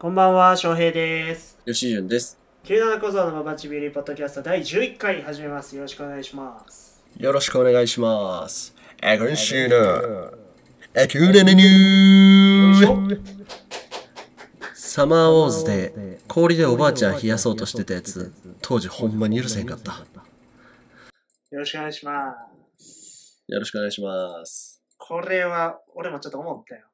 こんばんは、翔平です。 吉潤です。 97小僧のババチビリポッドキャスト第11回始めます。よろしくお願いします。 よろしくお願いします。今週のクールなニューサマーウォーズで氷でおばあちゃん冷やそうとしてたやつ、当時ほんまに許せへんかった。 よろしくお願いします。 よろしくお願いします。 これは、俺もちょっと思ったよ。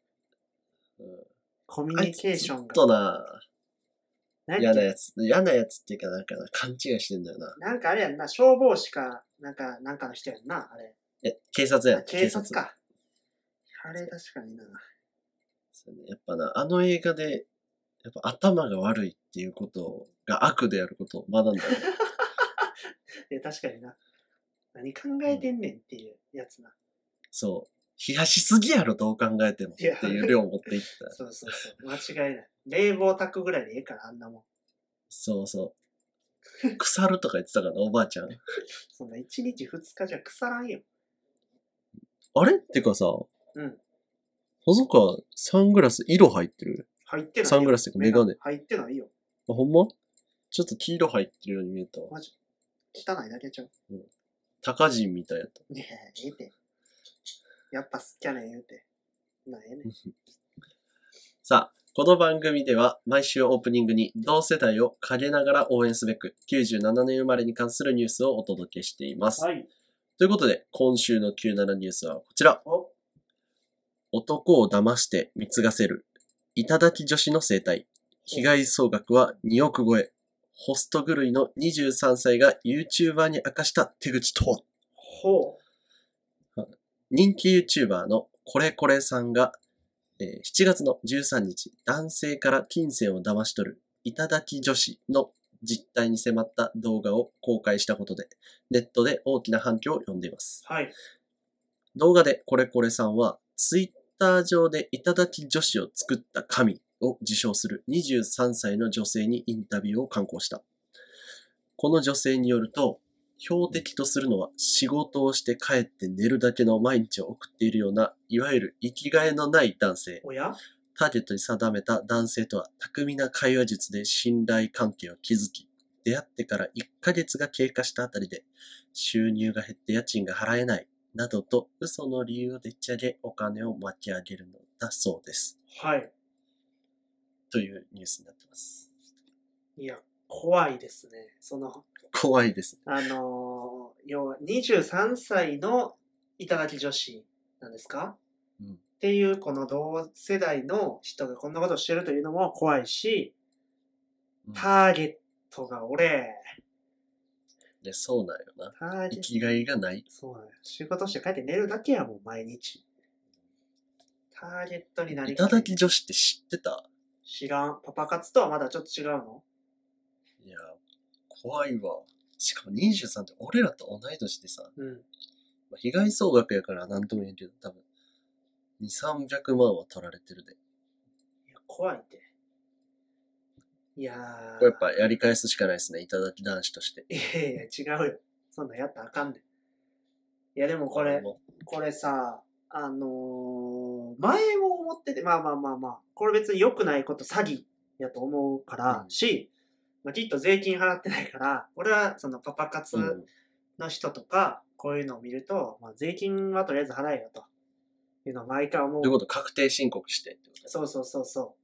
コミュニケーションが。 ちょっとな、嫌なやつっていうかなんか勘違いしてんだよな。 なんかあれやんな、消防士か、なんかの人やんな、あれ。 警察やん。 警察か。あれ確かにな。 やっぱな、あの映画で、やっぱ頭が悪いっていうことが悪であることを学んだよ。 確かにな。何考えてんねんっていうやつな。 そう。冷やしすぎやろ、どう考えても。っていう量を持っていった。 そう。間違いない。冷房炊くぐらいでええから、あんなもん。 そう。腐るとか言ってたからな、おばあちゃん。 そんな1日2日じゃ腐らんよ。 あれってかさ、 うん。 細川、サングラス色入ってる？ 入ってないよ。 サングラスってかメガネ。 入ってないよ。 あ、ほんま？ちょっと黄色入ってるように見えたわ。 マジ汚いだけちゃう。 高人みたいやった。 ねえ、ええて。やっぱ好きやねん言うて。なええねん。 さあ、この番組では毎週オープニングに同世代を陰ながら応援すべく97年生まれに関するニュースをお届けしています。 はい。 ということで、今週の97ニュースはこちら。男を騙して貢がせる。頂き女子の生態。被害総額は2億超え。ホスト狂いの23歳が YouTuber に明かした手口とは？ ほ人気 YouTuber のコレコレさんが、7月の13日、男性から金銭を騙し取る頂き女子の実態に迫った動画を公開したことで、ネットで大きな反響を呼んでいます。 はい。 動画でコレコレさんは、ツイッター上で頂き女子を作った神を自称する23歳の女性にインタビューを刊行した。この女性によると、標的とするのは仕事をして帰って寝るだけの毎日を送っているような、いわゆる生きがいのない男性。 おやターゲットに定めた男性とは巧みな会話術で信頼関係を築き、出会ってから1ヶ月が経過したあたりで、収入が減って家賃が払えない、などと嘘の理由をでっち上げお金を巻き上げるのだそうです。 はい。 というニュースになってます。 いや、怖いですね。 怖いです。 要は23歳の頂き女子なんですか？っていうこの同世代の人がこんなことをしてるというのも怖いし、ターゲットが俺。 いや、そうなんよな。生きがいがない。 そうなんよ。仕事して帰って寝るだけやもん、毎日。ターゲットになり頂き女子って知ってた？ 知らん。パパ活とはまだちょっと違うの？ いや、怖いわ。しかも23って俺らと同い年でさ、被害総額やからなんとも言えんけど、多分、2、300万は取られてるで。 いや、怖いって。いやー。 これやっぱやり返すしかないですね、頂き男子として。 いや違うよ。そんなんやったらあかんねん。いやでもこれさ、前も思ってて、まあ、これ別に良くないこと詐欺やと思うから、きっと税金払ってないから、俺はそのパパ活の人とか、こういうのを見ると、税金はとりあえず払えよというのを毎回思う。 ということ確定申告してってこと？ そう。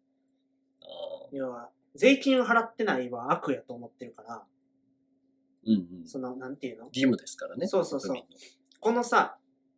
要は、税金を払ってないは悪やと思ってるから、なんていうの？ 義務ですからね。 そう。このさ、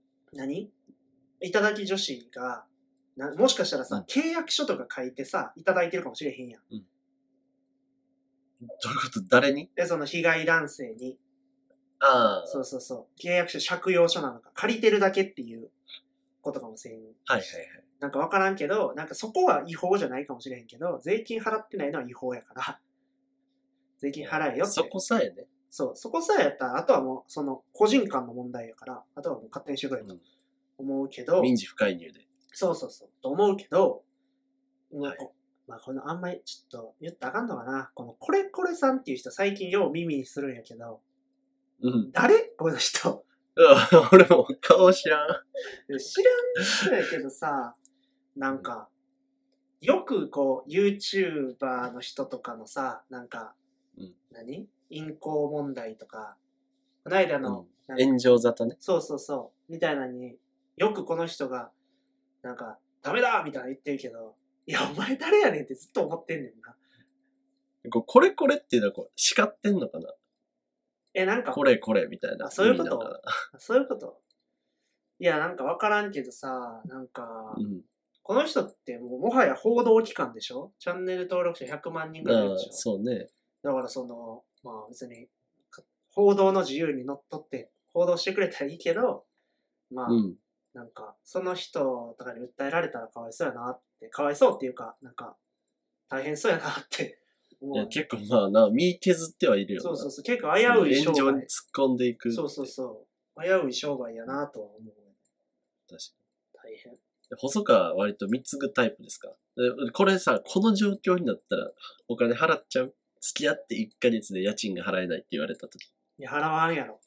頂き女子が、もしかしたらさ、契約書とか書いてさ、いただいてるかもしれへんやん。 どういうこと？誰に？ その被害男性に。そう。契約書、借用書なのか、借りてるだけっていうことかもしれん。なんかわからんけど、なんかそこは違法じゃないかもしれへんけど、税金払ってないのは違法やから、税金払えよって。 そこさえね。 そう、そこさえやったら、あとはもう、その、個人間の問題やから、あとはもう勝手にしてくれと思うけど、 民事不介入で。 そう、と思うけど、このあんまりちょっと言ったらあかんのかな。このコレコレさんっていう人最近よう耳にするんやけど、誰？この人。 俺も顔知らん。 知らん人やけどさ、なんか、 よくこう、YouTuber の人とかのさ、なんか、 うん淫行問題とか、この間の、なんか炎上沙汰ね。 そうそうそう、みたいなのに、よくこの人が、なんか、ダメだみたいな言ってるけど、いや、お前誰やねんってずっと思ってんねんな。 これこれっていうのはこう、叱ってんのかな、 なんか、 これこれみたいなあそういうこと意味なのかそういうこといや、なんかわからんけどさ、なんか、 な。うん。 この人ってもはや報道機関でしょ？チャンネル登録者100万人ぐらいいるああ、 でしょ？ そうね。 だからまあ別に、報道の自由にのっとって報道してくれたらいいけど、まあ、 うん。 なんか、その人とかに訴えられたらかわいそうやなって、かわいそうっていうか、なんか、大変そうやなって思う。 結構まあな、身削ってはいるよな。 そうそうそう、結構危うい商炎上に売。 突っ込んでいく。 そうそうそう。危うい商売やなとは思う。 確か大変。 に。細川は割と貢ぐタイプですか？これさ、この状況になったらお金払っちゃう？付き合って1ヶ月で家賃が払えないって言われた時。 いや、払わんやろ。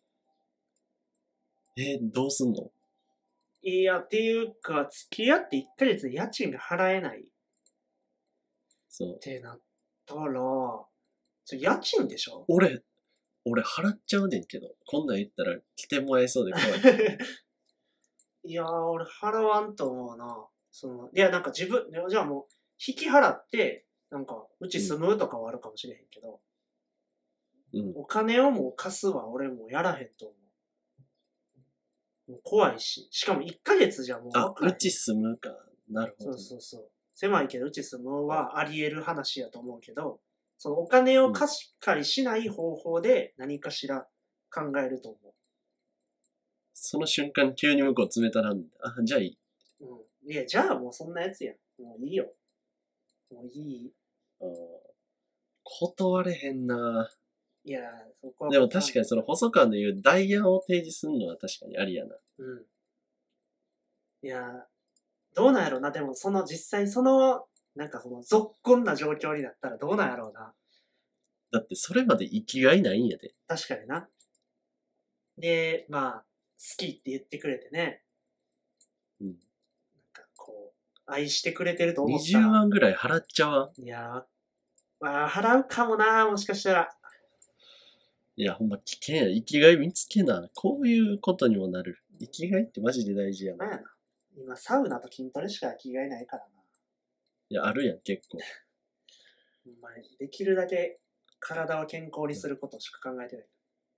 どうすんの？ いや、っていうか、付き合って1ヶ月で家賃が払えないっそう。 てなったら、家賃でしょ？ 俺払っちゃうねんけど、こんなん言ったら来てもらえそうで怖い。 いやー、俺払わんと思うな。いや、なんかじゃあもう、引き払って、なんか、うち住むとかはあるかもしれへんけど、 うん。 お金をもう貸すは俺もうやらへんと思う。もう怖いし。しかも1ヶ月じゃもうあ、 分からへん。 うち住むか。なるほそど。 うそうそう。狭いけどうち住むはあり得る話やと思うけど、そのお金を貸し借りしない方法で何かしら考えると思その瞬間急に向こう冷たなんだ。あ、じゃあいい。 う。うん。いや、じゃあもうそんなやつやん。もういいよ。もういい。 あー断れへんな。 いや、そこは。 でも確かにその細川の言う代案を提示するのは確かにありやな。 うん。いや、どうなんやろうな。でも実際なんかぞっこんな状況になったらどうなんやろうな。 だってそれまで生きがいないんやで。 確かにな。で、まあ、好きって言ってくれてね。 うん。 なんか愛してくれてると思った 20 ら。 万ぐらい払っちゃわん。 いや、まあ、払うかもな、もしかしたら。 いや、ほんま危険や。生きがい見つけな。こういうことにもなる。生きがいってマジで大事やな。 なんやな。今、サウナと筋トレしか着替えないからな。 いや、あるやん、結構。 ほんまにできるだけ体を健康にすることしか考えてない。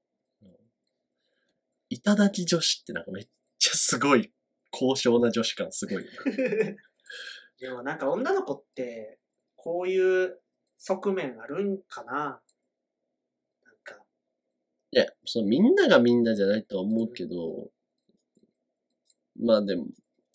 いただき女子ってなんかめっちゃすごい、高尚な女子感すごいよな。 でもなんか女の子って、こういう側面あるんかな。なんか。 いや、みんながみんなじゃないとは思うけど、まあでも、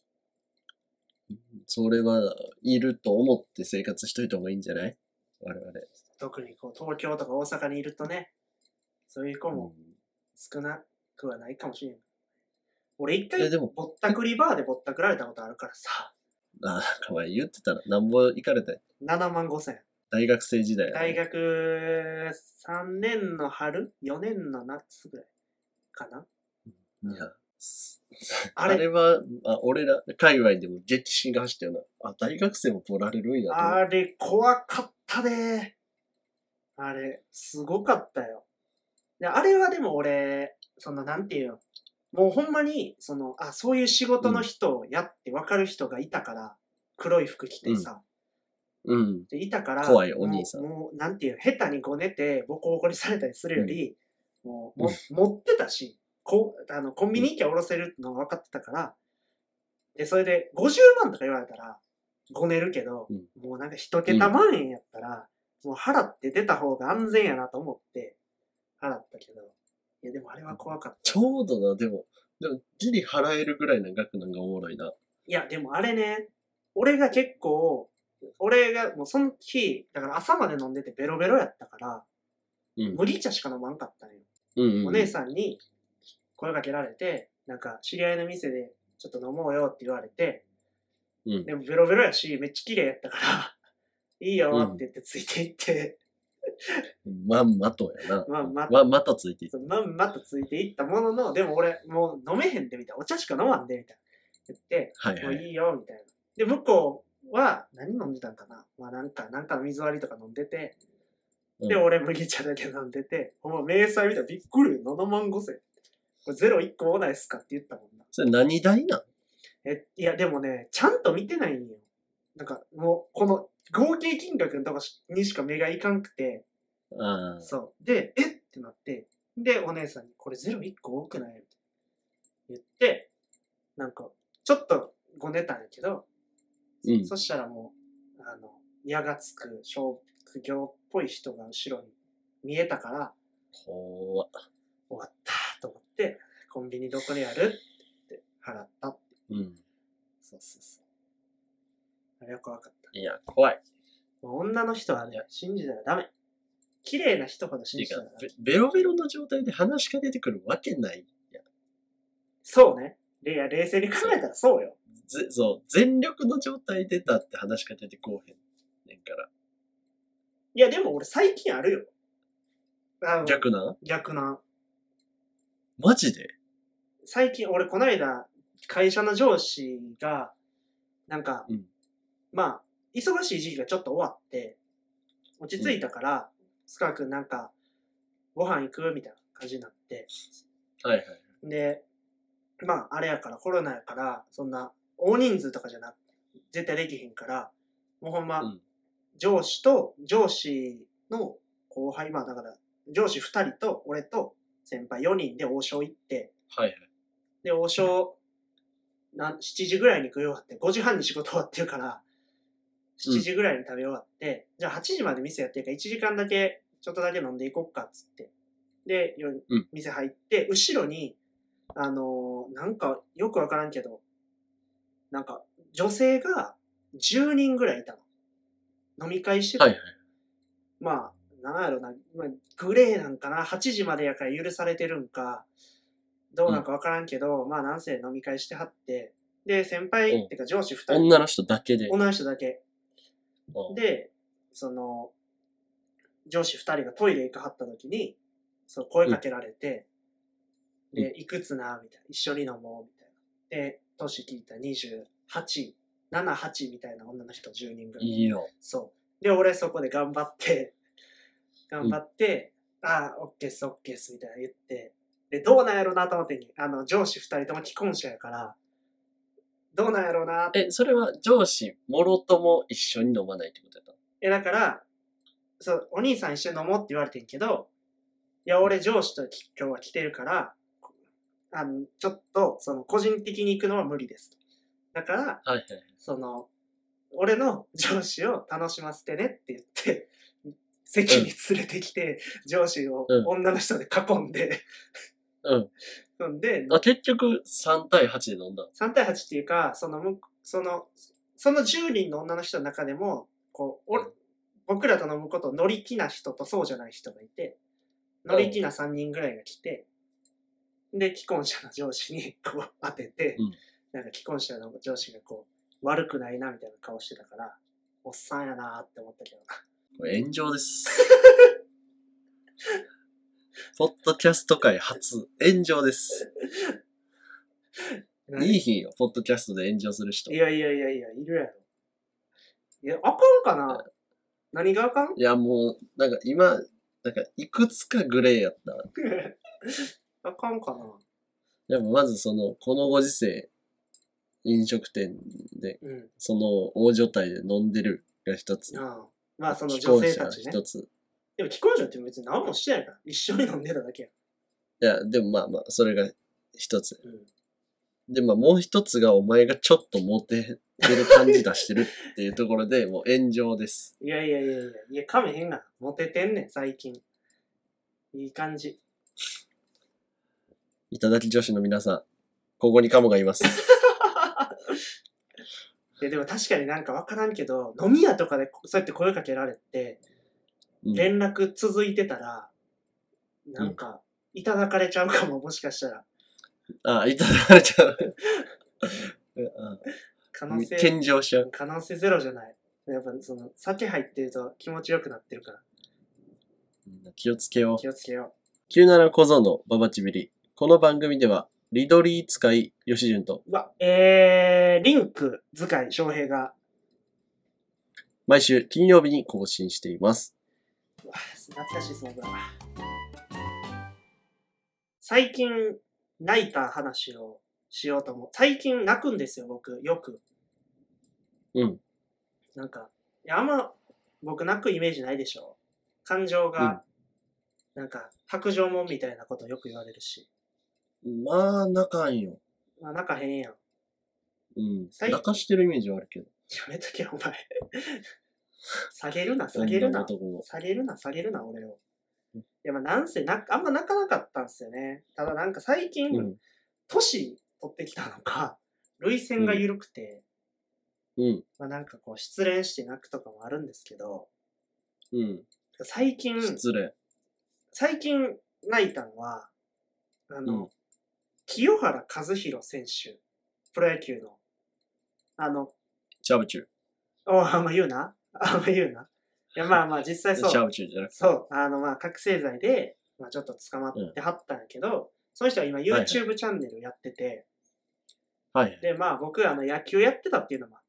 それはいると思って生活しといた方がいいんじゃない？我々。 特に東京とか大阪にいるとね、そういう子もうん少なくはないかもしれん。俺一回でもぼったくりバーでぼったくられたことあるからさ。 なんか前言ってたら、なんぼ行かれたん？ 7万5千。 大学生時代や大学3年の春 ?4 年の夏ぐらいかな。 いや、 あれあれは、俺ら、界隈でも激震が走ったよな。あ、大学生も取られるんやと思って。 あれ怖かったね。あれ、すごかったよ。であれはでも俺、なんていうの、もうほんまに、そういう仕事の人をやって分かる人がいたから、黒い服着てさ、 うん。 でいたから、 怖いお兄さん。 もう、なんていう、下手にごねてボコボコにされたりするより、持ってたし、コンビニ行きゃ下ろせるのが分かってたから、で、それで50万とか言われたら、ごねるけど、もうなんか一桁万円やったら、もう払って出た方が安全やなと思って、払ったけど、いやでもあれは怖かった。 ちょうどな、でも、ギリ払えるぐらいの額なんかおもろいな。 いや、でもあれね、俺がもうその日、だから朝まで飲んでてベロベロやったから、麦茶しか飲まんかったんよ。お姉さんに声かけられて、なんか知り合いの店でちょっと飲もうよって言われて、でもベロベロやし、めっちゃ綺麗やったから、いいよって言ってついていって、 まんまとやな。 まんまとついていった。 まんまとついていったものの、でも俺もう飲めへんでみたいな、お茶しか飲まんでみたいな言って、もういいよみたいな。で、向こは何飲んでたんかな、まあなんかの水割りとか飲んでて、で、 うん俺麦茶だけ飲んでて、ほんま明細見たらびっくりよ、7万5千。これゼロ1個もないっすかって言ったもんな。 それ何代なん？ いやでもね、ちゃんと見てないんよ。なんかもう、この合計金額のとこにしか目がいかんくて、 ああ。 そう。で、えってなって、で、お姉さんに、これゼロ1個多くないって言って、なんか、ちょっとごねたんやけど、 うん。 そしたらもう、矢がつく職業っぽい人が後ろに見えたから、 ほー。 終わったと思って、コンビニどこにあるって言って払ったって。 うん。 そうそうそう。あれは怖かった。 いや、怖い。 もう女の人はね、信じたらダメ。綺麗な人ほど信てかじたらダメ。 ベロベロの状態で話しかけてくるわけないやん。 そうね。いや、冷静に考えたらそうよ。 そう、全力の状態出たって話しかけてこうへんねんから。 いや、でも俺最近あるよ。 逆な？ 逆な。 マジで？ 最近、俺こないだ、会社の上司が、なんか、 うんまあ、忙しい時期がちょっと終わって、落ち着いたから、スカー君なんか、ご飯行くみたいな感じになって。 はいはい。 で、まあ、あれやから、コロナやから、そんな、大人数とかじゃなく、絶対できへんから、もうほんま、上司の後輩、まあだから、上司2人と、俺と先輩4人で王将行って、 はいはい。 で、王将、7時ぐらいに食い終わって、5時半に仕事終わってるから、7時ぐらいに食べ終わって、じゃあ8時まで店やってるから1時間だけ、ちょっとだけ飲んでいこっかっつって。で、店入って、後ろに、なんかよくわからんけど、なんか女性が10人ぐらいいたの。飲み会してて。 はいはい。 まあ、なんやろな、グレーなんかな、8時までやから許されてるんか、どうなんかわからんけど、まあなんせ飲み会してはって、で、先輩ってか上司2人。 女の人だけで。 女の人だけ。で、上司2人がトイレ行かはった時に、そう声かけられて、で、いくつなみたいな。一緒に飲もうみたいな。で、年聞いた28、7、8みたいな女の人10人ぐらい。 いいよ。 そう。で、俺そこで頑張って、ああ、オッケーす、オッケーす、みたいな言って、で、どうなんやろうなと思ってに、上司2人とも既婚者やから、どうなんやろうな。 それは上司、もろとも一緒に飲まないってことやった？ だから、そう、お兄さん一緒に飲もうって言われてんけど、いや、俺上司と今日は来てるから、ちょっと、個人的に行くのは無理です。だから、 はいはい。 俺の上司を楽しませてねって言って、席に連れてきて、上司を女の人で囲んで、んで、 結局3対8で飲んだ。 3対8っていうか、その10人の女の人の中でも、僕らと飲むこと乗り気な人とそうじゃない人がいて、乗り気な3人ぐらいが来て、で、既婚者の上司にこう当てて、なんか既婚者の上司がこう、悪くないなみたいな顔してたから、おっさんやなーって思ったけどな。 これ炎上です。ポッドキャスト界初、炎上です。いい日よ、ポッドキャストで炎上する人。 いや、いるやろ。いや、あかんかな？何があかん？ いや、もう、なんか今、なんかいくつかグレーやった。 あかんかな？ でもまずこのご時世、飲食店で、その大所帯で飲んでるが一つ。 まあその女性たちね。 一つ。 でも既婚者って別に何もしてないから。一緒に飲んでただけや。いや、でもまあまあ、それが一つ。で、まあもう一つがお前がちょっとモテてる感じ出してるっていうところで、もう炎上です。 いや、噛めへんがな。モテてんねん、最近。いい感じ。 いただき女子の皆さん、ここにカモがいます。 でも確かになんかわからんけど、飲み屋とかでそうやって声かけられて、連絡続いてたら、なんか、いただかれちゃうかも、もしかしたら。 いただかれちゃう。献上しちゃう。 可能性ゼロじゃない。やっぱ酒入ってると気持ちよくなってるから。 気をつけよう。 気をつけよう。 97小僧のババチビリ。この番組では、リドリー使い吉潤と。 リンク使い翔平が毎週金曜日に更新しています。 うわ懐かしいですね、僕ら。最近泣いた話をしようと思う。最近泣くんですよ、僕。よく。 うん。 なんか、いや、あんま僕泣くイメージないでしょ。感情が、なんか、白状もんみたいなことよく言われるし。 まあ、泣かんよ。 まあ、泣かへんやん。 うん。泣かしてるイメージはあるけど。 やめとけよ、お前。下げるな、下げ女るな。 の男も。 下げるな、下げるな、俺を。いや、まあ、なんせあんま泣かなかったんですよね。ただなんか最近、 うん。 年取ってきたのか、涙腺が緩くて、 うん。 まあなんかこう失恋して泣くとかもあるんですけど、 うん。 最近泣いたのは、清原和博選手、プロ野球の、 チャブチュー。 あんま言うな。あんま言うな。いや、まあまあ実際そう。 チャブチューじゃなくて。 そう。まあ覚醒剤で、まあちょっと捕まってはったんやけど、その人は今 YouTube チャンネルやってて、 はい。 で、まあ僕野球やってたっていうのもあって、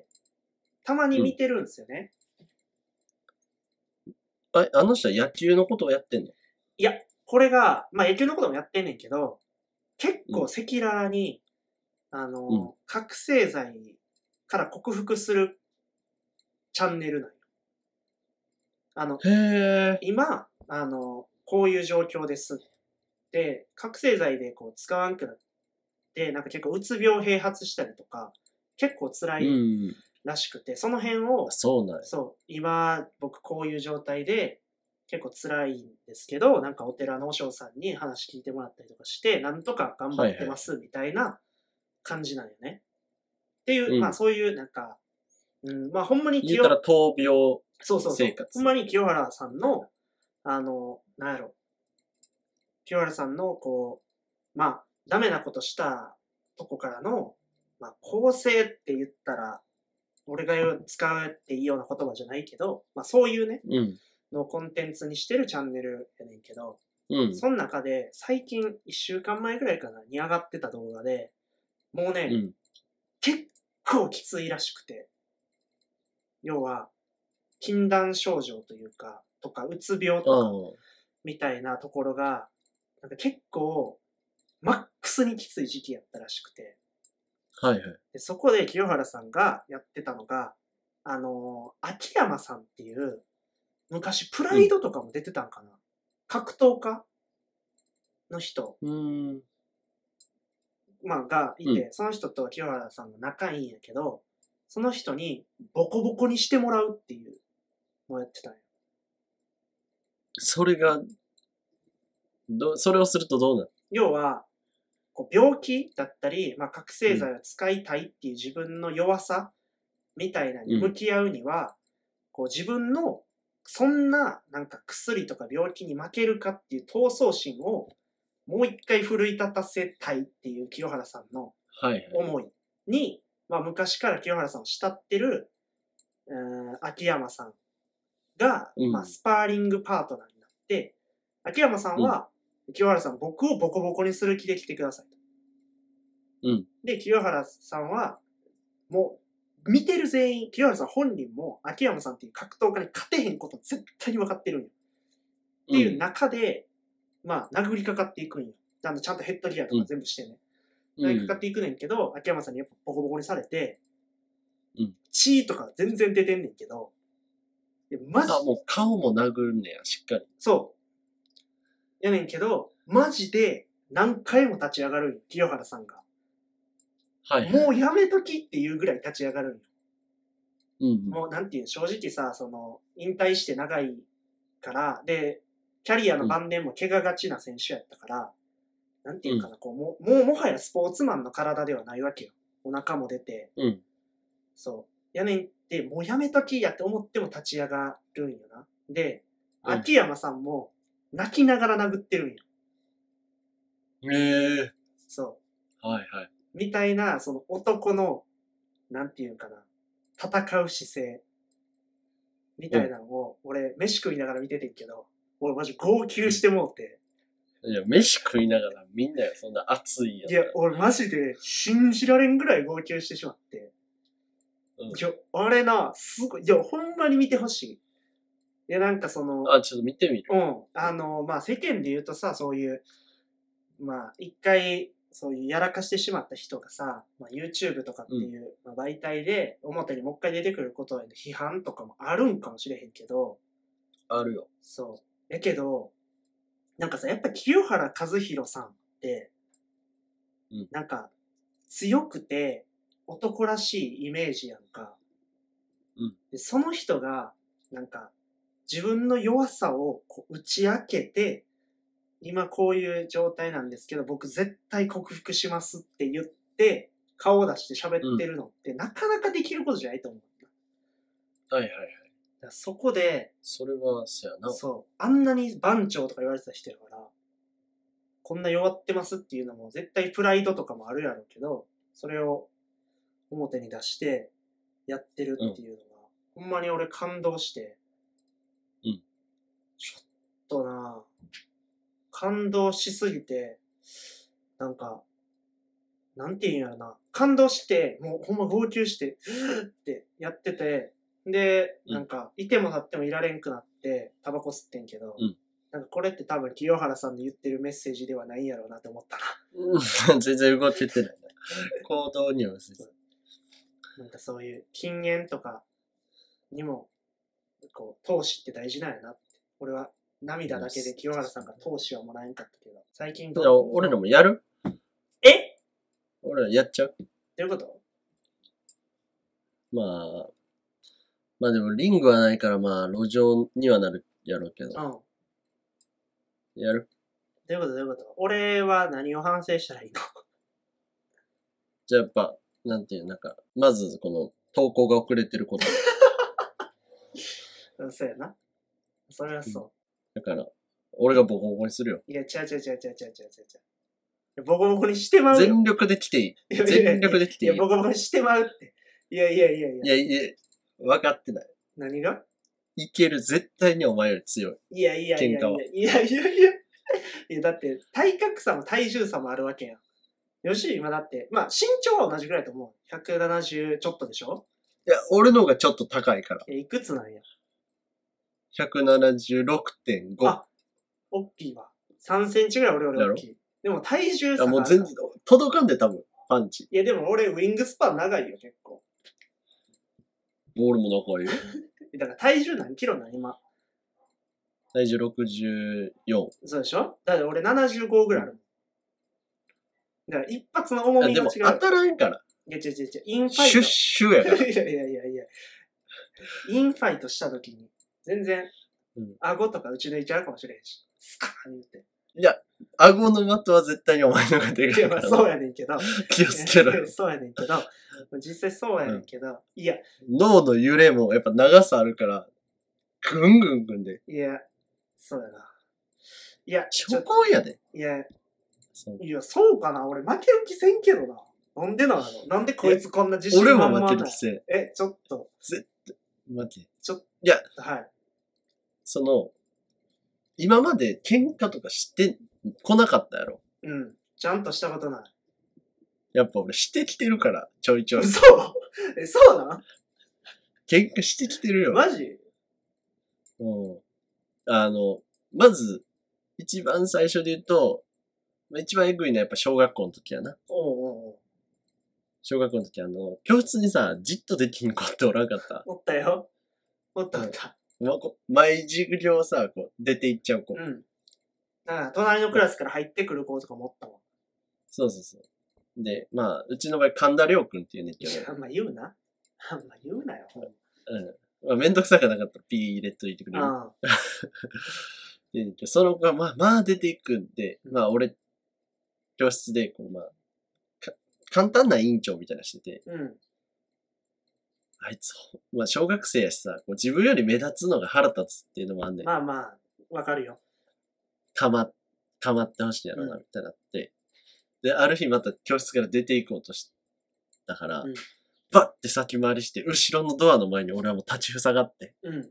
たまに見てるんですよね。 あの人は野球のことをやってんの？ いや、これが、まあ野球のこともやってんねんけど、結構赤裸々に、覚醒剤から克服するチャンネルなんよ。今、こういう状況ですって、覚醒剤でこう使わんくなって、なんか結構うつ病併発したりとか、結構辛いらしくて、その辺を、そう、今僕こういう状態で結構辛いんですけど、なんかお寺の和尚さんに話聞いてもらったりとかして、なんとか頑張ってますみたいな感じなんよね。っていう、まあそういうなんか、まあほんまに言ったら闘病生活。 ほんまに清原さんの、なんやろ。清原さんの、こう、まあ、ダメなことしたとこからの、まあ、構成って言ったら、俺が使っていいような言葉じゃないけど、まあそういうね、のコンテンツにしてるチャンネルやねんけど、その中で最近1週間前ぐらいかなに上がってた動画で、もうね、結構きついらしくて、要は、禁断症状というか、とか、うつ病とか、みたいなところが、なんか結構、マックスにきつい時期やったらしくて。 はいはい。 でそこで清原さんがやってたのが、秋山さんっていう、昔プライドとかも出てたんかな、格闘家の人。まあ、がいて、その人と清原さんが仲いいんやけど、その人にボコボコにしてもらうっていうのをやってたんや。 それが、それをするとどうなる？ 要は、こう病気だったり、まあ、覚醒剤を使いたいっていう自分の弱さみたいなに向き合うには、こう自分のそんななんか薬とか病気に負けるかっていう闘争心をもう一回奮い立たせたいっていう清原さんの思いに、まあ、昔から清原さんを慕ってる、秋山さんが、まあ、スパーリングパートナーになって、秋山さんは、清原さん、僕をボコボコにする気で来てくださいと。で、清原さんは、もう、見てる全員、清原さん本人も、秋山さんっていう格闘家に勝てへんこと絶対に分かってるんよ。っていう中で、まあ、殴りかかっていくんよ。ちゃんとヘッドギアとか全部してね。殴りかかっていくねんけど、秋山さんにやっぱボコボコにされて、血とか全然出てんねんけど、マジもう顔も殴るねや、しっかり。 そう。やねんけど、マジで何回も立ち上がるんよ、清原さんが。もうやめときっていうぐらい立ち上がるんよ。もうなんていうの、正直さ、引退して長いから、で、キャリアの晩年も怪我がちな選手やったから、なんていうかな、こう、もはやスポーツマンの体ではないわけよ。お腹も出て。そう。やねんって、もうやめときやって思っても立ち上がるんよな。で、秋山さんも泣きながら殴ってるんよ。そう。 はいはい。 みたいな、その男の、なんていうかな、戦う姿勢、みたいなのを、俺、飯食いながら見ててんけど、俺マジ号泣してもうて。 いや、飯食いながらみんなよ、そんな熱いやつ。 いや、俺マジで信じられんぐらい号泣してしまって。 俺な、すごい、いや、ほんまに見てほしい。いや、なんかその、 あ、ちょっと見てみる。 まあ世間で言うとさ、そういう、まあ一回、そういうやらかしてしまった人がさ、まあ、YouTube とかっていう、まあ、媒体で表にもう一回出てくることへの批判とかもあるんかもしれへんけど、 あるよ。 そう。やけど、なんかさ、やっぱ清原和博さんって、なんか強くて男らしいイメージやんか。でその人が、なんか自分の弱さをこう打ち明けて、今こういう状態なんですけど、僕絶対克服しますって言って、顔を出して喋ってるのって、なかなかできることじゃないと思う。 はいはいはい。 だからそこで、 それは、そうやな。 そう、あんなに番長とか言われてた人やから、こんな弱ってますっていうのも絶対プライドとかもあるやろうけど、それを表に出してやってるっていうのが、ほんまに俺感動して、ちょっとな感動しすぎて、なんか、なんていうんやろな、感動して、もうほんま号泣して、ってやってて、で、なんか、いても立ってもいられんくなって、タバコ吸ってんけど、なんかこれって多分清原さんの言ってるメッセージではないんやろうなって思ったな。 全然動けてないな。行動にはなんかそういう禁煙とかにも、こう、投資って大事なんやなって。俺は涙だけで清原さんが投資はもらえんかったけど、最近じゃあ、俺らもやる？ え？ 俺らやっちゃう？ どういうこと？ まあでもリングはないからまあ路上にはなるやろうけど。やる？ どういうこと？どういうこと？俺は何を反省したらいいの？ じゃあやっぱ、なんていう、なんか、まずこの投稿が遅れてること。 そうやな。それはそう。 だから、俺がボコボコにするよ。 いや、違う。ボコボコにしてまうよ。 全力で来ていい。全力で来ていい。 いや、ボコボコにしてまうって。いや。 いや、分かってない。 何が？ いける。絶対にお前より強い。 いや。 喧嘩は。 いや、だって、体格差も体重差もあるわけやん。よし、今だって、まあ、身長は同じぐらいと思う。170ちょっとでしょ？ いや、俺の方がちょっと高いから。 いくつなんや？ 176.5。 あ、大きいわ。3センチぐらい俺より大きい。でも体重差が。 もう全然、届かんで多分、パンチ。 いや、でも俺、ウィングスパン長いよ、結構。 ボールも長いよ。 だから体重何キロなん今？ 体重64。 そうでしょ？だから俺75ぐらいある。だから一発の重みが違う。 でも当たらんから。 いや、違う。インファイト。 シュッシュやから。 いや。インファイトした時に、全然、顎とか打ち抜いちゃうかもしれんし。スカーン言って。 いや、顎の的は絶対にお前のがでかいから。 そうやねんけど。 気をつけろ。 そうやねんけど。実際そうやねんけど。いや。 脳の揺れもやっぱ長さあるから、ぐんぐんで。 いや、そうやな。いや、 初婚やで。 いや、そうかな。俺負ける気せんけどな。なんでなの？なんでこいつこんな自信満々なの？ 俺も負ける気せん。 ちょっと。 待って。 いや、 はい。 今まで喧嘩とかしてこなかったやろ。 ちゃんとしたことない。 やっぱ俺してきてるから、ちょいちょい。 そうなん？ 喧嘩してきてるよ。 マジ？ まず、一番最初で言うと、一番エグいのはやっぱ小学校の時やな。小学校の時教室にさ、じっとできん子っておらんかった？ おったよ。おった。 毎授業さ、こう、出て行っちゃう子。 だから隣のクラスから入ってくる子とかもおったもん。 そう。で、まあ、うちの場合、神田亮君って言うねんけど。 あんま言うなよ。 まあ、めんどくさくなかったらピー入れといてくれる。で、その子が、まあ出ていくんで、まあ俺、教室で、こう、まあ、簡単な委員長みたいなしてて、あいつ、まあ小学生やしさ、こう自分より目立つのが腹立つっていうのもあんねん。 まあ、わかるよ。 かまってほしいやろな、みたいになって。で、ある日また教室から出ていこうとしたから、バッて先回りして、後ろのドアの前に俺はもう立ちふさがって。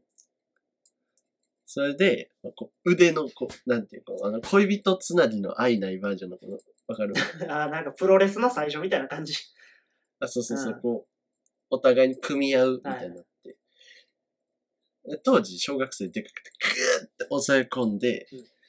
それで、腕のなんていうか、恋人つなぎの愛ないバージョンのわかる？ なんかプロレスの最初みたいな感じ。 そう、こう、 お互いに組み合うみたいになって。で当時、小学生でかくて、グーって押さえ込んで、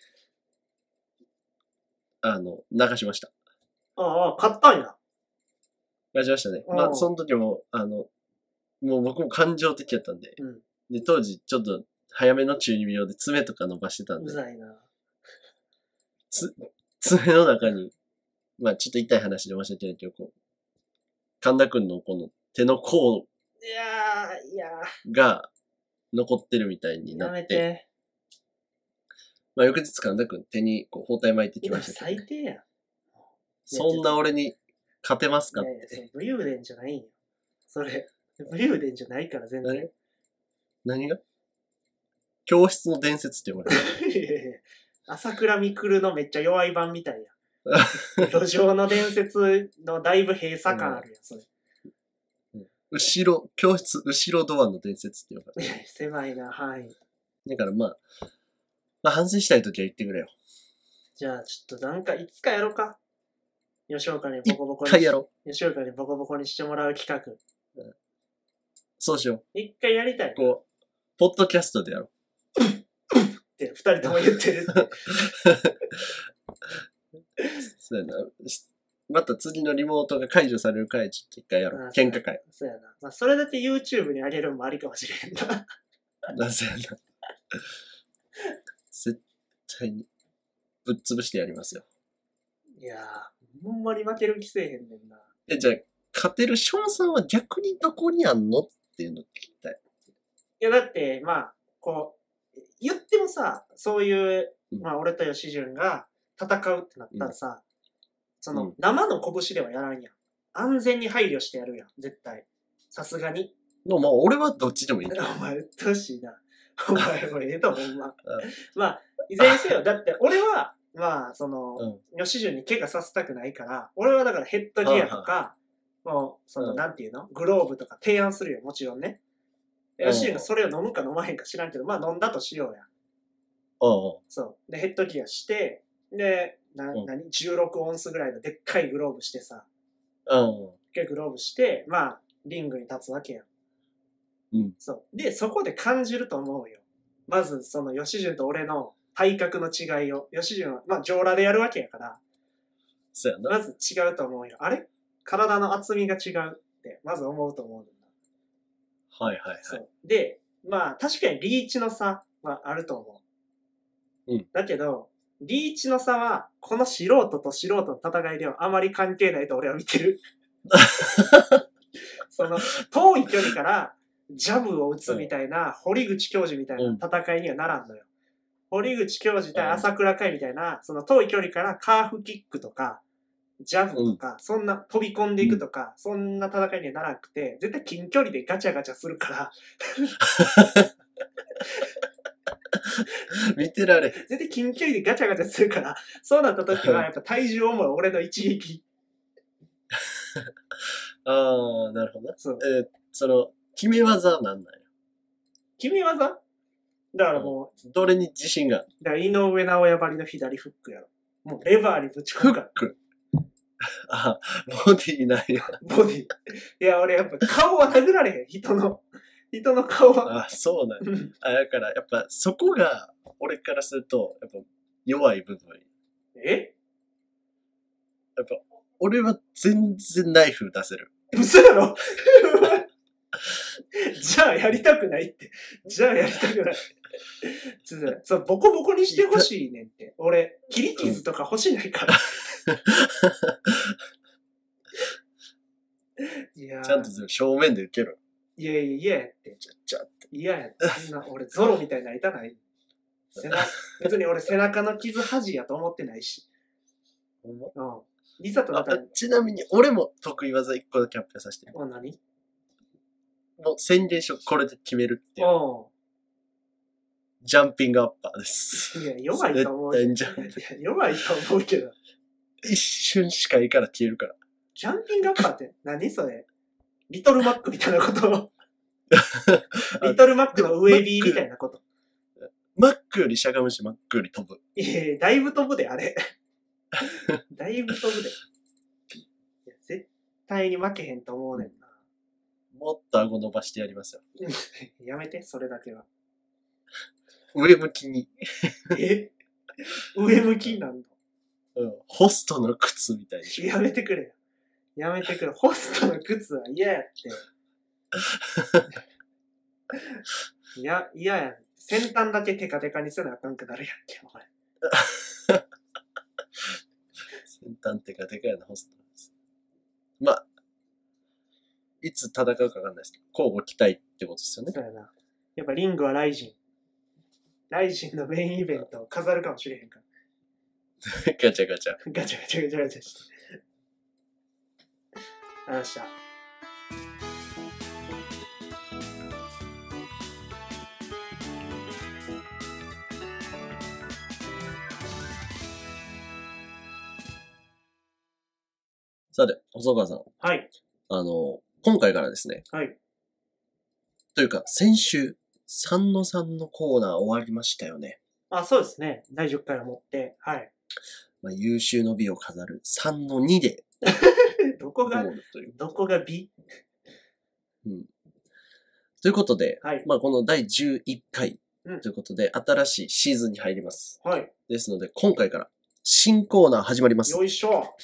流しました。 ああ、買ったんや。 流しましたね。まあ、その時も、もう僕も感情的やったんで、 うん。 で、当時、ちょっと早めの中二病で爪とか伸ばしてたんうで、 ざいな。 爪の中に、まあ、ちょっと痛い話で申し訳ないけど、こう、神田くんのこの手の甲いやー、いやが残ってるみたいにー、やなって、 めて。 まあ、翌日神田くん手にこう包帯巻いてき今ましたけど、 最低やん。 そんな俺に勝てますかっいやいや、そて。 れ武勇伝じゃないんよ。それ、武勇伝じゃないから全然。 何が教室の伝説って呼ばれる。 いやいや朝倉未来のめっちゃ弱い版みたいや。路上の伝説のだいぶ閉鎖感あるやん、それ。 教室後ろドアの伝説って呼ばれる。 いや狭いな、はい。 だからまあ反省したいときは言ってくれよ。 じゃあ、ちょっとなんか、いつかやろうか。吉岡にボコボコに。 一回やろう。吉岡にボコボコにしてもらう企画。 そうしよう。 一回やりたい。 こう、ポッドキャストでやろう。 って二人とも言ってるって。 そうやな。また次のリモートが解除される回、ちょっと一回やろう。喧嘩会。 そうやな。まあ、それだけ YouTube に上げるのもありかもしれんな。 なぜやな。絶対に、ぶっ潰してやりますよ。 いやー、ほんまに負ける気せえへんねんな。 じゃあ、勝てる賞賛は逆にどこにあんのっていうの聞きたい。 いや、だって、まあ、こう、言ってもさ、そういう、まあ、俺と吉潤が戦うってなったらさ、その、生の拳ではやらんやん。安全に配慮してやるやん、絶対。さすがに。 でもまあ、俺はどっちでもいい。 お前、うっとうしいな。お前もええと思う、まあ。まあ、いずれにせよ。だって、俺は、まあ、その、吉潤に怪我させたくないから、俺はだからヘッドギアとか、もう、その、なんていうのグローブとか提案するよ、もちろんね。吉潤がそれを飲むか飲まへんか知らんけど、まあ飲んだとしようや。そう。で、ヘッドギアして、で、16オンスぐらいのでっかいグローブしてさ、でっかいグローブして、まあ、リングに立つわけやん。そう。で、そこで感じると思うよ。まず、その、吉潤と俺の体格の違いを。吉潤は、まあ、上裸でやるわけやから。 そうやな。 まず違うと思うよ。あれ体の厚みが違うって、まず思うと思うんだ。 はいはいはい。 そう。で、まあ、確かにリーチの差はあると思う。だけど、リーチの差は、この素人と素人の戦いではあまり関係ないと俺は見てる。その、遠い距離から、ジャブを打つみたいな、堀口教授みたいな戦いにはならんのよ。堀口教授対朝倉海みたいな、その遠い距離からカーフキックとか、ジャブとか、そんな飛び込んでいくとか、そんな戦いにはならなくて、絶対近距離でガチャガチャするから。 見てられ。 絶対近距離でガチャガチャするから、そうなった時はやっぱ体重重い俺の一撃。 ああ、なるほどな。 そう。 その、決め技は何なんや。 決め技だからもう、どれに自信がある？ だから井上尚弥ばりの左フックやろ。もうレバーにぶち込むから。 フック。あ、ボディないや。 ボディ。いや、俺やっぱ顔は殴られへん。人の顔は。 あ、そうなんや。だからやっぱそこが、俺からすると、やっぱ弱い部分。 えやっぱ、俺は全然ナイフ出せる。 嘘やろじゃあやりたくないって。じゃあやりたくない。そう、ボコボコにしてほしいねんって。俺、切り傷とか欲しないから。いやちゃんと正面で受ける。 いやいや、嫌やって。嫌やって。そんな、俺ゾロみたいになりたない。別に俺背中の傷恥やと思ってないし。 ほんま？ うん。リサとだから。 ちなみに、俺も得意技1個だけ発表させて。 何？ もう宣言しよう。これで決めるっていう。ジャンピングアッパーです。 いや、弱いと思うけど。弱いと思うけど。 一瞬しかいいから消えるから。 ジャンピングアッパーって何それ？リトルマックみたいなことリトルマックのウェビーみたいなこと。 マックよりしゃがむし、マックより飛ぶ。 いやだいぶ飛ぶで、あれ。だいぶ飛ぶで。いや絶対に負けへんと思うねんな。 もっと顎伸ばしてやりますよ。 やめて、それだけは。 上向きに。 え上向きなんだ。 ホストの靴みたいでしょ。 やめてくれよ。やめてくれ。ホストの靴は嫌やって。いや、嫌や。先端だけテカテカにせなあかんくなるやんけ、お前。 先端テカテカやな、ホストです。まあ、いつ戦うかわかんないですけど、交互期待ってことですよね。 そうやな。やっぱリングはライジン。ライジンのメインイベントを飾るかもしれへんから。 ガチャガチャ。 ガチャガチャガチャガチャして。ありました。 さて、細川さん。 はい。 今回からですね。 はい。 というか、先週、3の3のコーナー終わりましたよね。 あ、そうですね。第10回をもって。はい。 まあ、優秀の美を飾る3の2でどこがゴールという。 どこが美？ うん。ということで、 はい。 まあ、この第11回ということで、新しいシーズンに入ります。 はい。 ですので、今回から新コーナー始まります。 よいしょ。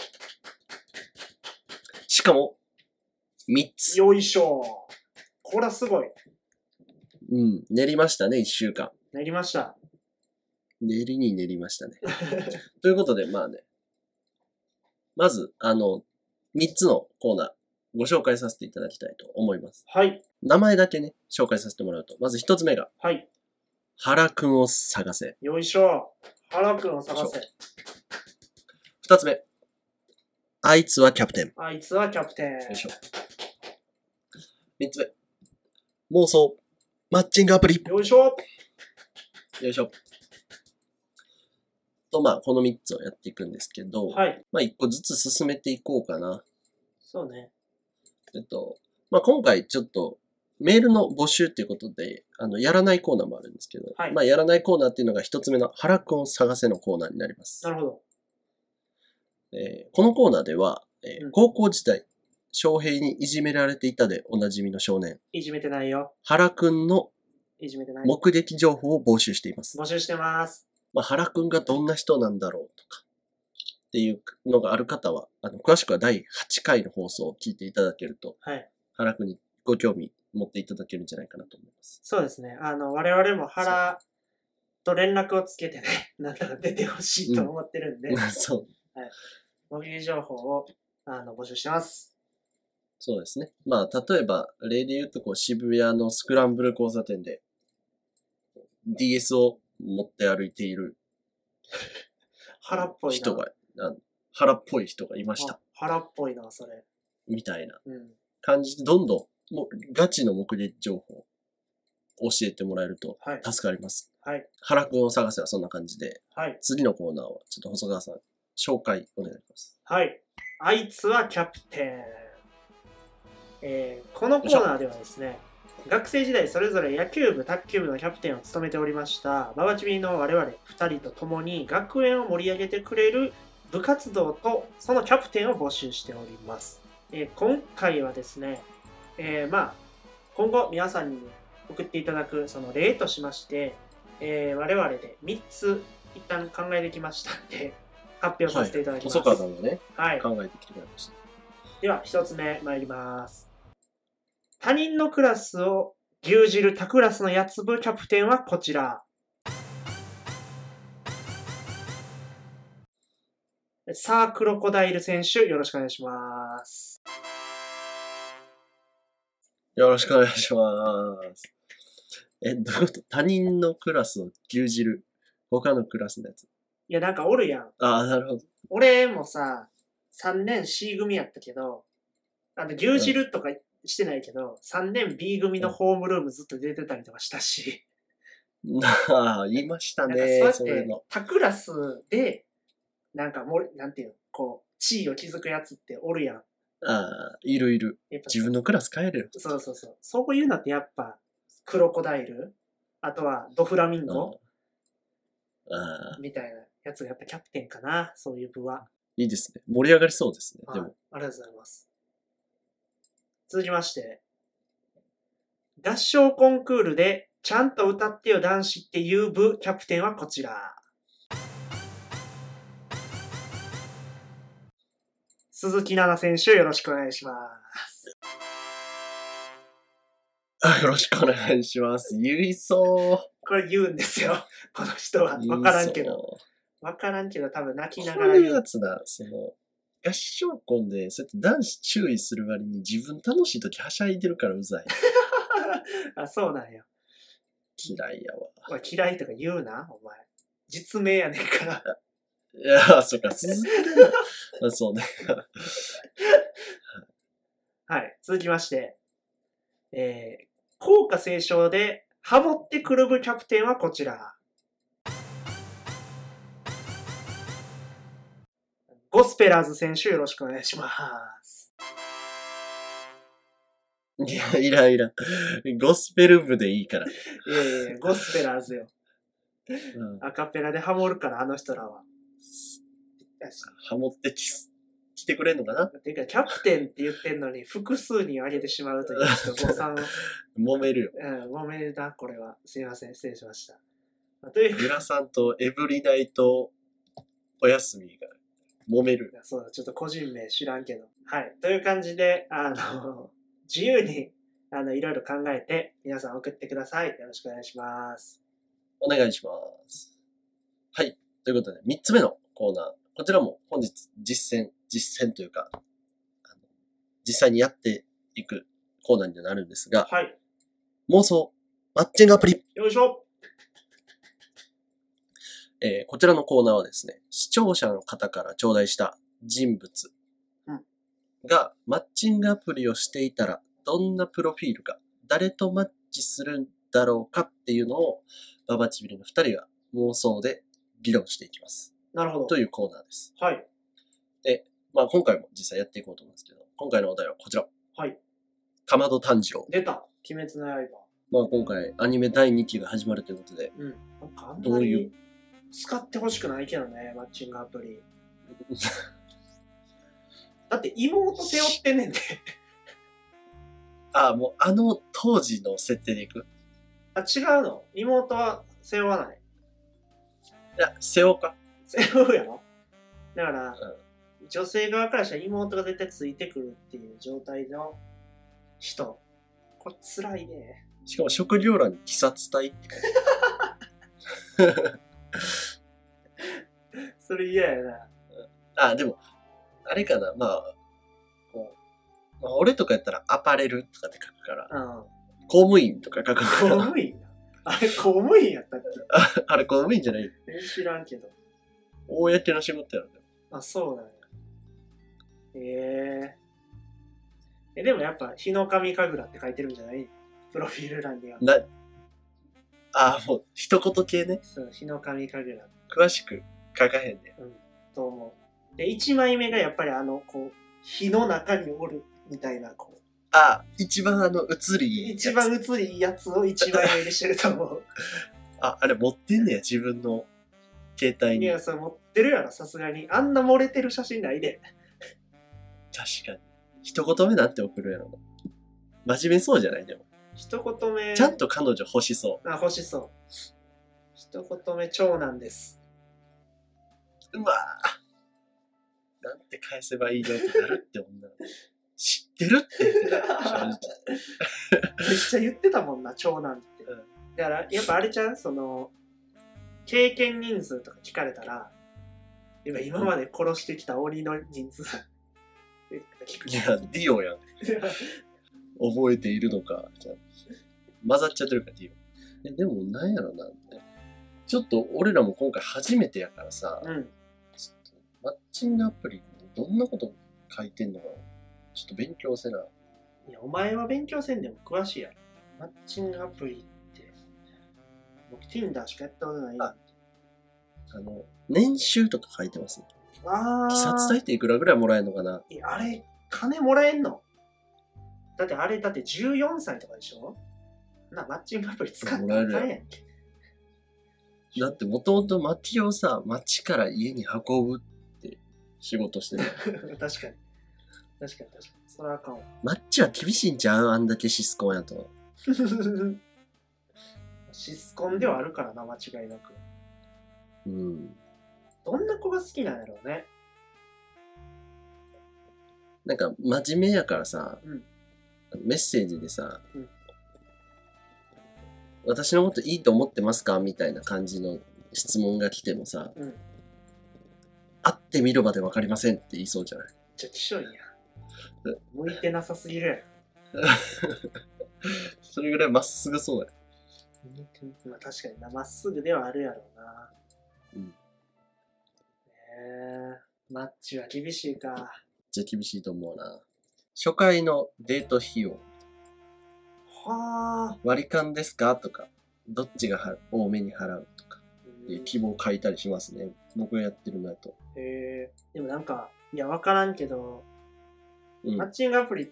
しかも、3つ。 よいしょ。これはすごい。 うん。練りましたね、1週間。 練りました。 練りに練りましたね。ということで、まあね。まず、3つのコーナー、ご紹介させていただきたいと思います。 はい。 名前だけね、紹介させてもらうと、まず1つ目が、 はい。 原くんを探せ。 よいしょ。原くんを探せ。 2つ目、あいつはキャプテン。 あいつはキャプテン。 よいしょ。3つ目、妄想、マッチングアプリ。 よいしょ。 よいしょ。と、まあ、この3つをやっていくんですけど、 はい。 まあ、1個ずつ進めていこうかな。 そうね。 まあ、今回ちょっと、メールの募集っていうことで、やらないコーナーもあるんですけど、 はいまあ、やらないコーナーっていうのが1つ目の原くんを探せのコーナーになります。 なるほど。 このコーナーでは、 うん高校時代、翔平にいじめられていたでおなじみの少年、 いじめてないよ。 原くんのいじめてない。 目撃情報を募集しています。 募集してます。 まあ、原くんがどんな人なんだろうとか、っていうのがある方は、詳しくは第8回の放送を聞いていただけると、 はい。 原くんにご興味持っていただけるんじゃないかなと思います。 そうですね。我々も原と連絡をつけてね、なんだか出てほしいと思ってるんで、 そう。 目撃情報を募集してます。 そうですね。まあ、例えば、例で言うと、渋谷のスクランブル交差点で、DS を持って歩いている原っぽいな。 人が、原っぽい人がいました。 原っぽいな、それ。 みたいなうん。 感じで、どんどん、もう、ガチの目撃情報を教えてもらえるとはい。 助かります。 はい。 原くんを探せはそんな感じで、 はい。 次のコーナーは、ちょっと細川さん、紹介お願いします。 はい。あいつはキャプテン。このコーナーではですね、学生時代それぞれ野球部、卓球部のキャプテンを務めておりましたババチビの我々2人と共に学園を盛り上げてくれる部活動とそのキャプテンを募集しております。今回はですね、まあ今後皆さんに送っていただくその例としまして、我々で3つ一旦考えてきましたので発表させていただきます。 細川さんがね、 はい、 考えてきてくれました。 では1つ目参ります。他人のクラスを牛耳る他クラスのやつ部キャプテンはこちら。さあ、クロコダイル選手、よろしくお願いします。 よろしくお願いします。どういうこと？他人のクラスを牛耳る他のクラスのやつ。 いや、なんかおるやん。 ああ、なるほど。 俺もさ、3年 C 組やったけど、牛耳るとかしてないけど、3年 B 組のホームルームずっと出てたりとかしたし。 ああ、言いましたね。 なんかそうやっていうの。 他クラスで、なんかもう、なんていうの、こう、地位を築くやつっておるやん。 ああ、いるいる。 やっぱ自分のクラス変えるよ。 そうそうそう。そういうのってやっぱ、クロコダイル、あとはドフラミンゴああ、 みたいなやつがやっぱキャプテンかな、そういう部は。 いいですね。盛り上がりそうですね。 はい、 でも。 ありがとうございます。続きまして、 合唱コンクールでちゃんと歌ってよ男子っていう部キャプテンはこちら。鈴木奈々選手、よろしくお願いします。 よろしくお願いします。言いそう。 これ言うんですよ。この人は。わからんけど。わからんけど、多分泣きながらこういう言う。 やつな、合唱コンで、そうやって男子注意する割に自分楽しい時はしゃいでるからうざい。 あ、そうなんや。 嫌いやわ。 お前嫌いとか言うな、お前。実名やねんから。 いや、そっか、続けるな。そうね。 はい、続きまして。校歌斉唱でハモってくる部キャプテンはこちら。ゴスペラーズ選手、よろしくお願いします。 いや、いらんいらん。ゴスペル部でいいから。 ゴスペラーズよ。 うん、 アカペラでハモるから、あの人らは。 ハモって来てくれんのかな。 ていうか、キャプテンって言ってんのに、複数に上げてしまうという、ちょっと誤算。 揉めるよ。 揉めるな、これは。すいません、失礼しました。というグラさんとエブリナイトお休みが揉める。 そうだ、ちょっと個人名知らんけど。はい。という感じで、自由に、いろいろ考えて、皆さん送ってください。よろしくお願いします。 お願いします。はい。ということで、3つ目のコーナー。こちらも本日実践というか、実際にやっていくコーナーになるんですが、 はい。 妄想マッチングアプリ。 よいしょ。 こちらのコーナーはですね、視聴者の方から頂戴した人物がマッチングアプリをしていたら、どんなプロフィールか、誰とマッチするんだろうかっていうのを、ババチビリの2人が妄想で議論していきます。 なるほど。 というコーナーです。 はい。 で、今回も実際やっていこうと思うんですけど、今回のお題はこちら。 はい。 かまど炭治郎。 出た。鬼滅の刃。 今回アニメ第2期が始まるということで、 なんかあんどういう使ってほしくないけどね、マッチングアプリ。だって妹背負ってんねんで。 もう当時の設定でいく？ 違うの？妹は背負わない。 いや、背負うか。 背負うやろ？だから、女性側からしたら妹が絶対ついてくるっていう状態の人。これ辛いね。 しかも職業欄に鬼殺隊って書いてある。 それ嫌やな。 でも、あれかな、俺とかやったらアパレルとかって書くから、公務員とか書くから。 公務員あれ公務員やったっけ？ あれ公務員じゃない？ 知らんけど。 公の仕事やろ。 そうなんや。でもやっぱ、日の神神楽って書いてるんじゃない？プロフィール欄には。 もう、一言系ね。 そう、日の神神楽。 詳しく書かへんね。 と思う。で、1枚目がやっぱり火の中におるみたいな、 一番映りいいやつ。 一番映りいいやつを1枚目にしてると思う。 あれ持ってんねや、自分の携帯に。 いや、それ持ってるやろ、さすがに。あんな漏れてる写真ないで。 確かに。一言目なんて送るやろな。真面目そうじゃない？でも。 一言目。 ちゃんと彼女欲しそう。 欲しそう。一言目、長男です。 うわぁ。なんて返せばいいのってなるって女の子。知ってるって言ってた、正直。 めっちゃ言ってたもんな、長男って。だから、やっぱあれちゃう経験人数とか聞かれたら、今まで殺してきた鬼の人数聞く。 いや、ディオやん。覚えているのか。混ざっちゃってるから、ディオ。でも、なんやろな。ちょっと、俺らも今回初めてやからさ、マッチングアプリどんなこと書いてんのかな。ちょっと勉強せな。 いや、お前は勉強せんでも詳しいやろ。マッチングアプリって、僕 Tinder しかやったことないな。 年収とか書いてますね。鬼殺隊っていくらぐらいもらえるのかな？ あれ、金もらえんの？だって14歳とかでしょ？マッチングアプリ使ってないやんけ。 だってもともと薪をさ、町から家に運ぶって仕事してる。 確かに。それはあかんわ。 マッチは厳しいんちゃう？あんだけシスコンやと。 シスコンではあるからな、間違いなく。 うん。 どんな子が好きなんやろうね。 なんか、真面目やからさ、 うんメッセージでさ、 うん私のこといいと思ってますかみたいな感じの質問が来てもさ、 うん。 会ってみるまでわかりませんって言いそうじゃない？ ちょ、きしょいんや。向いてなさすぎるやん。 それぐらいまっすぐそうだよ。 まあ確かにな、まっすぐではあるやろうな。 うん。 マッチは厳しいか。 じゃあ厳しいと思うな。初回のデート費用、 はあ。 割り勘ですかとか、どっちが多めに払うとか、希望を書いたりしますね。僕がやってるのだと。 でもなんか、いや、わからんけど、マッチングアプリって、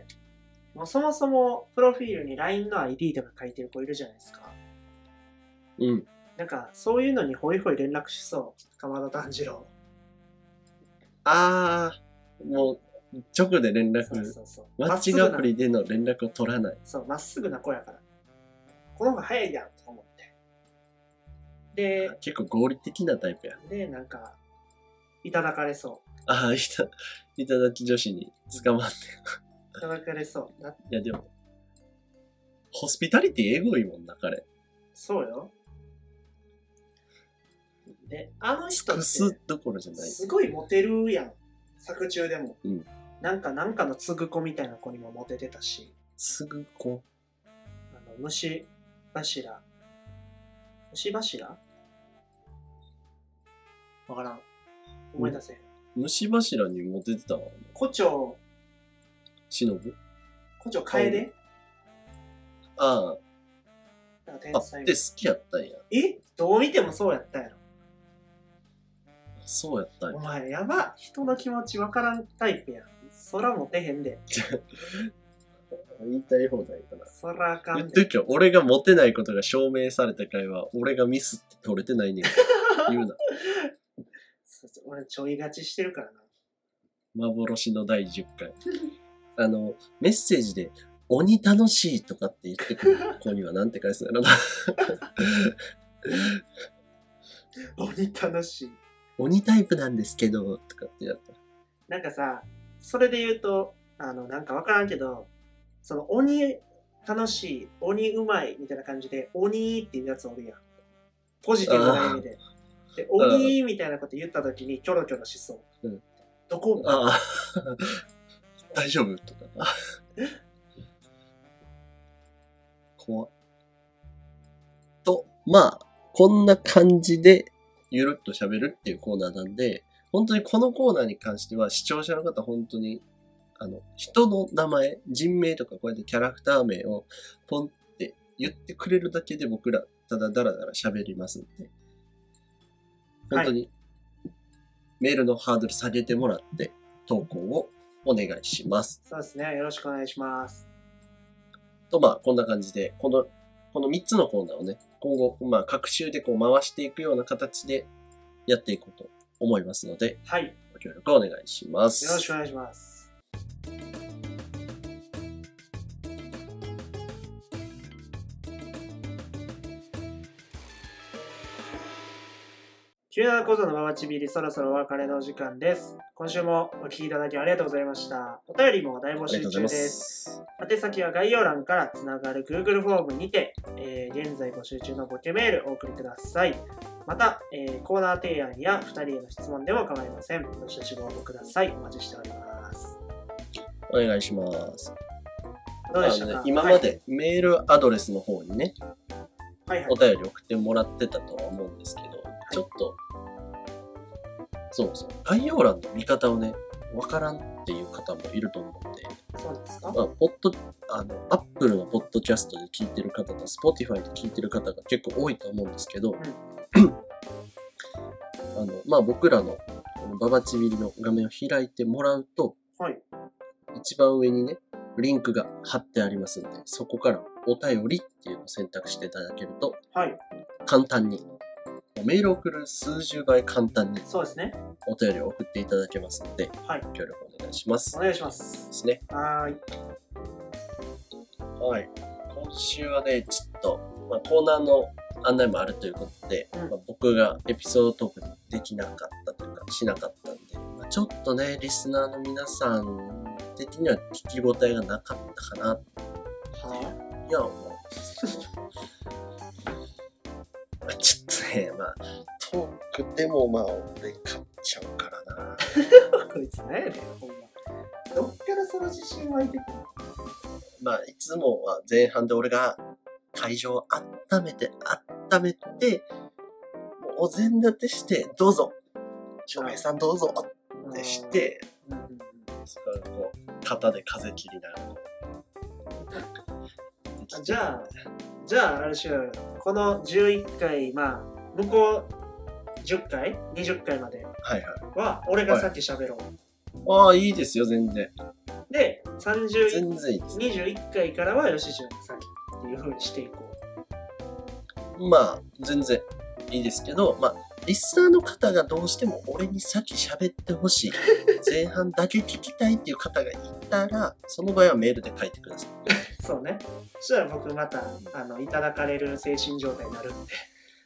もうそもそもプロフィールに LINE の ID とか書いてる子いるじゃないですか。 うん。 なんか、そういうのにホイホイ連絡しそう。鎌田炭治郎。 もう、直で連絡。 そう。 マッチングアプリでの連絡を取らない。 そう、まっすぐな子やから。この方が早いやんと思って。で、 結構合理的なタイプや。 で、なんか、いただかれそう。 いただき女子に捕まって。 いただかれそう。 いやでも、ホスピタリティエゴいもんな、彼。 そうよ。で、あの人って、 すどころじゃない。 すごいモテるやん。作中でも。 うん。 なんかのつぐ子みたいな子にもモテてたし。 つぐ子虫柱わからん。思い出せへん。 虫柱にモテてたわ。 胡蝶忍楓あなんか天才。 で好きやったんや。 どう見てもそうやったやろ。 そうやったんや。 お前やば。人の気持ちわからんタイプやん。そらモテへんで。 言いたい放題かな。 そらあかんで。 言っときよ、俺がモテないことが証明された回は、俺がミスって取れてないねん。言うな。 俺ちょい勝ちしてるからな。 幻の第10回。メッセージで、鬼楽しいとかって言ってくる子にはなんて返すんやろな。 鬼楽しい。 鬼タイプなんですけど、とかってやった。 なんかさ、それで言うと、なんかわからんけど、その鬼楽しい、鬼うまいみたいな感じで、鬼っていうやつおるやん。ポジティブな意味で。で、鬼みたいなこと言った時にキョロキョロしそう。どこ大丈夫とか。怖っ。と、まあ、こんな感じで、ゆるっと喋るっていうコーナーなんで、本当にこのコーナーに関しては、視聴者の方本当に、人の名前、人名とかこうやってキャラクター名をポンって言ってくれるだけで僕ら、ただだらだら喋りますんで、本当に、メールのハードル下げてもらって、投稿をお願いします。 そうですね。よろしくお願いします。 と、まあ、こんな感じで、この3つのコーナーをね、今後、まあ、各週でこう回していくような形でやっていこうと思いますので、 はい。 ご協力お願いします。 よろしくお願いします。97講座のままちびり、そろそろお別れのお時間です。今週もお聞きいただきありがとうございました。お便りも大募集中です。宛先は概要欄からつながる Google フォームにて、現在募集中のボケメールをお送りください。また、コーナー提案や2人への質問でも構いません。どしどしご応募ください。お待ちしております。 お願いします。 どうでしたか？ 今までメールアドレスの方にね、お便り送ってもらってたとは思うんですけど、ちょっと、そう概要欄の見方をね、わからんっていう方もいると思うんで、 そうですか？ Apple のポッドキャストで聞いてる方と Spotify で聞いてる方が結構多いと思うんですけど、僕らのババチビリの画面を開いてもらうと、一番上にね、リンクが貼ってありますので、そこからお便りっていうのを選択していただけると、簡単に、メールを送る数十倍簡単に、 そうですね。 お便りを送っていただけますので、協力お願いします。 お願いします。 ですね。 はい。 今週はね、ちょっと、コーナーの案内もあるということで、僕がエピソードトークできなかったというか、しなかったんで、ちょっとね、リスナーの皆さん的には聞き応えがなかったかなっていや思うんですけど、ちょっとね、トークでも俺勝っちゃうからな。 こいつ何やねん、ほんま。どっからその自信湧いてくるの？ いつもは前半で俺が会場を温めて、もうお膳立てして、どうぞ、翔平さんどうぞってして、それからこう、肩で風切りながら。 じゃあ、あれしようよ。この11回、向こう10回 ?20 回までは、俺がさっき喋ろう。 ああ、いいですよ、全然。 で、 全然いいです。 21回からは吉純がさっきっていう風にしていこう。全然いいですけど、リスナーの方がどうしても俺に先喋ってほしい。前半だけ聞きたいっていう方がいたら、その場合はメールで書いてください。 そうね。そしたら僕また、いただかれる精神状態になるんで。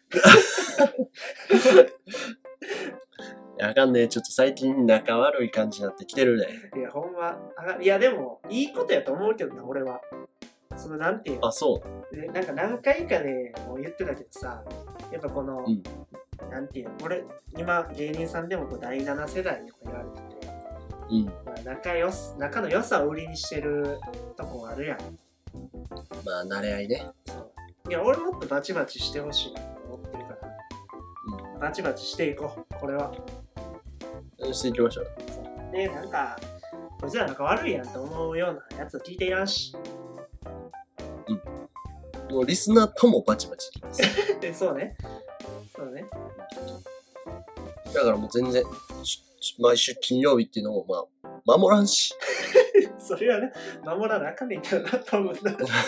あかんね。ちょっと最近仲悪い感じになってきてるね。 いや、ほんま。いや、でも、いいことやと思うけどな、俺は。なんていうの。 そうなんか何回かでもう言ってたけどさ、やっぱこの、なんていうの、俺、今、芸人さんでも第7世代とか言われてて、仲の良さを売りにしてるとこあるやん。 慣れ合いね。 いや、俺もっとバチバチしてほしいなと思ってるから、バチバチしていこう、これは。 していきましょう。 で、なんか、こいつら仲悪いやんと思うようなやつ聞いていらんし。 もうリスナーともバチバチです。 そうね。 だからもう全然、毎週金曜日っていうのを守らんし。 それはね、守らなあかんねんけどな、多分な。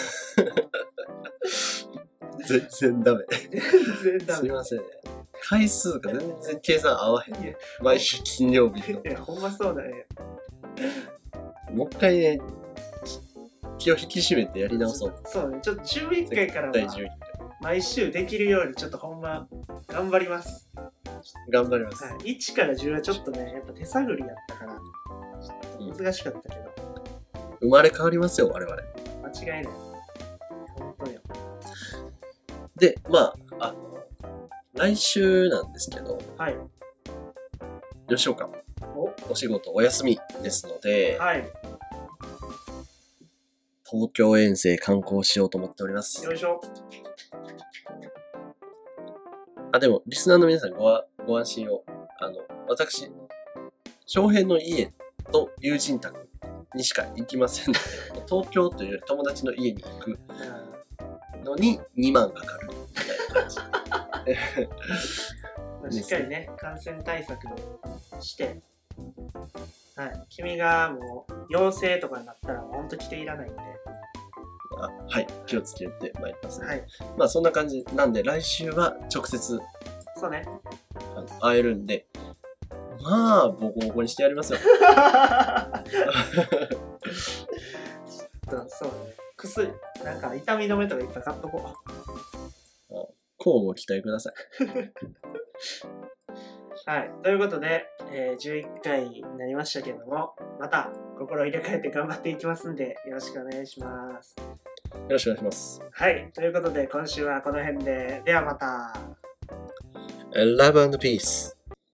全然ダメ。 全然ダメ。 すいません。回数が全然計算合わへん。毎週金曜日の。 いや、ほんまそうだね。 もう一回ね、気を引き締めてやり直そう。 そうね、ちょっと11回からは毎週できるようにちょっとほんま頑張ります。 頑張ります。 1から10はちょっとね、やっぱ手探りやったから、ちょっと難しかったけど。 生まれ変わりますよ、我々。 間違いない。本当よ。 で、来週なんですけど、吉岡、お仕事お休みですので、東京遠征観光しようと思っております。 よいしょ。 でも、リスナーの皆さんご安心を。私、翔平の家と友人宅にしか行きませんので、東京というより友達の家に行くのに2万かかるみたいな感じ。しっかりね、感染対策して、君がもう陽性とかになったら本当来ていらないんで。 気をつけてまいります。そんな感じなんで、来週は直接そうね、 会えるんで、ボコボコにしてやりますよ。 そうね、薬、なんか痛み止めとかいっぱい買っとこう。乞うご期待ください。 ということで、11回になりましたけども、また心を入れ替えて頑張っていきますんで、よろしくお願いします。 よろしくお願いします。 ということで今週はこの辺で、ではまた。 Love and peace.